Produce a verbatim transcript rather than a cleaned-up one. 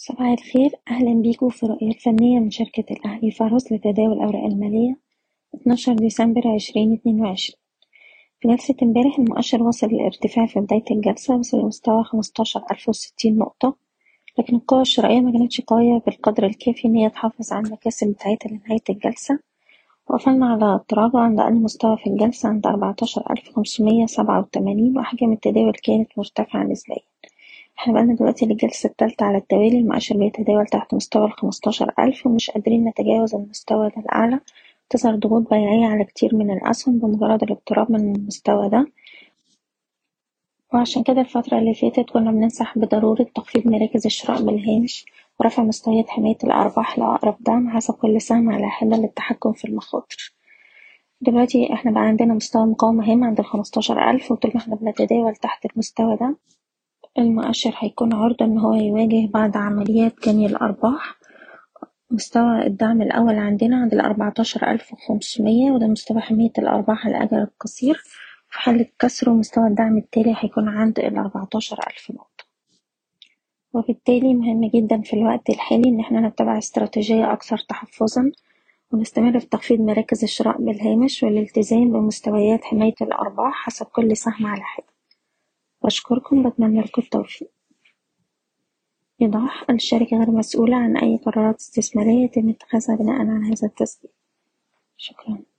صباح الخير، أهلا بيكم في الرؤية الفنية من شركة الأهلي فارس لتداول الأوراق المالية اتناشر ديسمبر عشرين اتنين وعشرين. في جلسة امبارح المؤشر وصل للارتفاع في بداية الجلسة، وصل لمستوى خمستاشر ألف وستين نقطة، لكن القوة الشرائية مكانتش قوية بالقدر الكافي إن هي تحافظ على المكاسب بتاعتها لنهاية الجلسة. وقفلنا على التراجع عند أقل مستوى في الجلسة عند أربعتاشر ألف خمسمية سبعة وتمانين، وأحجام التداول كانت مرتفعة نسبيا. احنا بقالنا دلوقتي للجلسة التالتة على التوالي المؤشر بيتداول تحت مستوى الخمستاشر ألف، ومش قادرين نتجاوز المستوى ده الأعلى. تظهر ضغوط بيعية على كتير من الأسهم بمجرد الاقتراب من المستوى ده، وعشان كده الفترة اللي فاتت كنا بننصح بضرورة تخفيض مراكز الشراء بالهامش ورفع مستويات حماية الأرباح لأقرب دعم حسب كل سهم على حدة للتحكم في المخاطر. دلوقتي احنا بقى عندنا مستوى مقاومة هام عند الخمستاشر ألف، وطول ما احنا بنتداول تحت المستوى ده المؤشر هيكون عرضة إن هو يواجه بعض عمليات جني الأرباح. مستوى الدعم الأول عندنا عند الأربعتاشر ألف وخمسمية، وده مستوى حماية الأرباح على الأجل القصير. في حالة كسره مستوى الدعم التالي هيكون عند الأربعتاشر ألف نقطة، وبالتالي مهم جدا في الوقت الحالي إن احنا نتبع استراتيجية أكثر تحفظا، ونستمر في تخفيض مراكز الشراء بالهامش والالتزام بمستويات حماية الأرباح حسب كل سهم على حدة. بشكركم، بتمنى لكم التوفيق. إيضاح: الشركة غير مسؤولة عن أي قرارات استثمارية يتم اتخاذها بناءً على هذا التسجيل. شكراً.